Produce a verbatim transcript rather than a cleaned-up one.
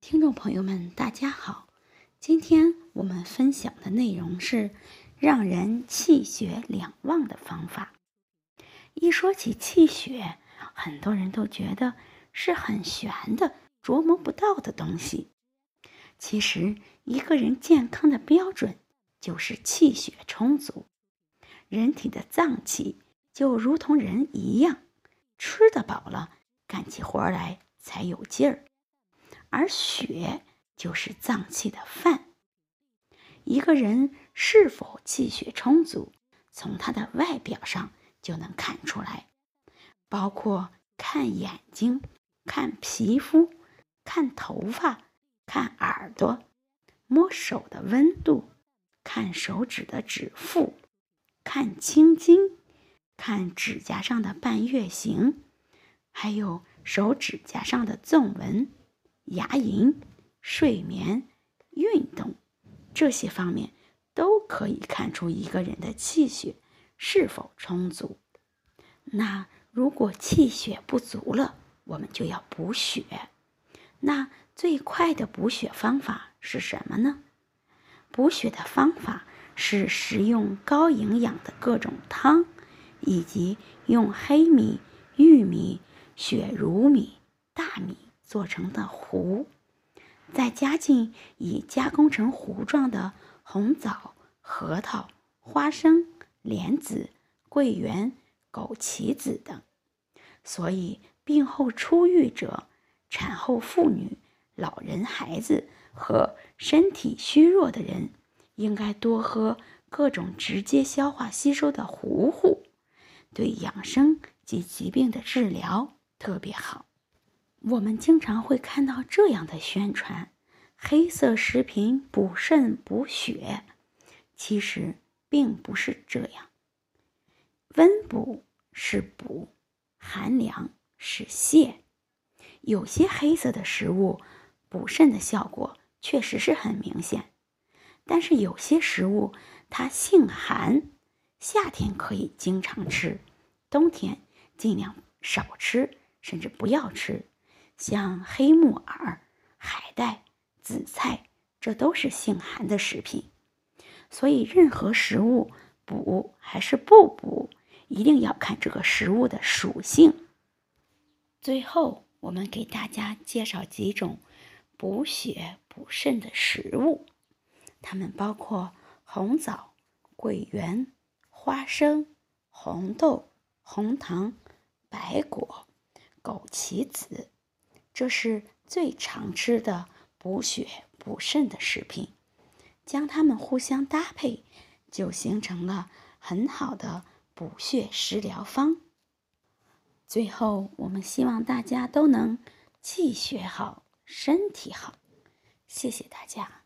听众朋友们，大家好！今天我们分享的内容是让人气血两旺的方法。一说起气血，很多人都觉得是很玄的、琢磨不到的东西。其实，一个人健康的标准就是气血充足。人体的脏器就如同人一样，吃得饱了，干起活来才有劲儿。而血就是脏器的饭。一个人是否气血充足，从他的外表上就能看出来，包括看眼睛、看皮肤、看头发、看耳朵，摸手的温度，看手指的指腹，看青筋，看指甲上的半月形，还有手指甲上的纵纹、牙龈、睡眠、运动，这些方面都可以看出一个人的气血是否充足。那如果气血不足了，我们就要补血。那最快的补血方法是什么呢？补血的方法是食用高营养的各种汤，以及用黑米、玉米、雪茹米、大米做成的糊，再加进已加工成糊状的红枣、核桃、花生、莲子、桂圆、枸杞子等。所以病后初愈者、产后妇女、老人、孩子和身体虚弱的人应该多喝各种直接消化吸收的糊糊，对养生及疾病的治疗特别好。我们经常会看到这样的宣传：黑色食品补肾补血，其实并不是这样。温补是补，寒凉是泻。有些黑色的食物补肾的效果确实是很明显，但是有些食物它性寒，夏天可以经常吃，冬天尽量少吃，甚至不要吃。像黑木耳、海带、紫菜，这都是性寒的食品。所以任何食物补还是不补，一定要看这个食物的属性。最后，我们给大家介绍几种补血补肾的食物，它们包括红枣、桂圆、花生、红豆、红糖、白果、枸杞子，这是最常吃的补血补肾的食品。将它们互相搭配，就形成了很好的补血食疗方。最后，我们希望大家都能气血好，身体好。谢谢大家。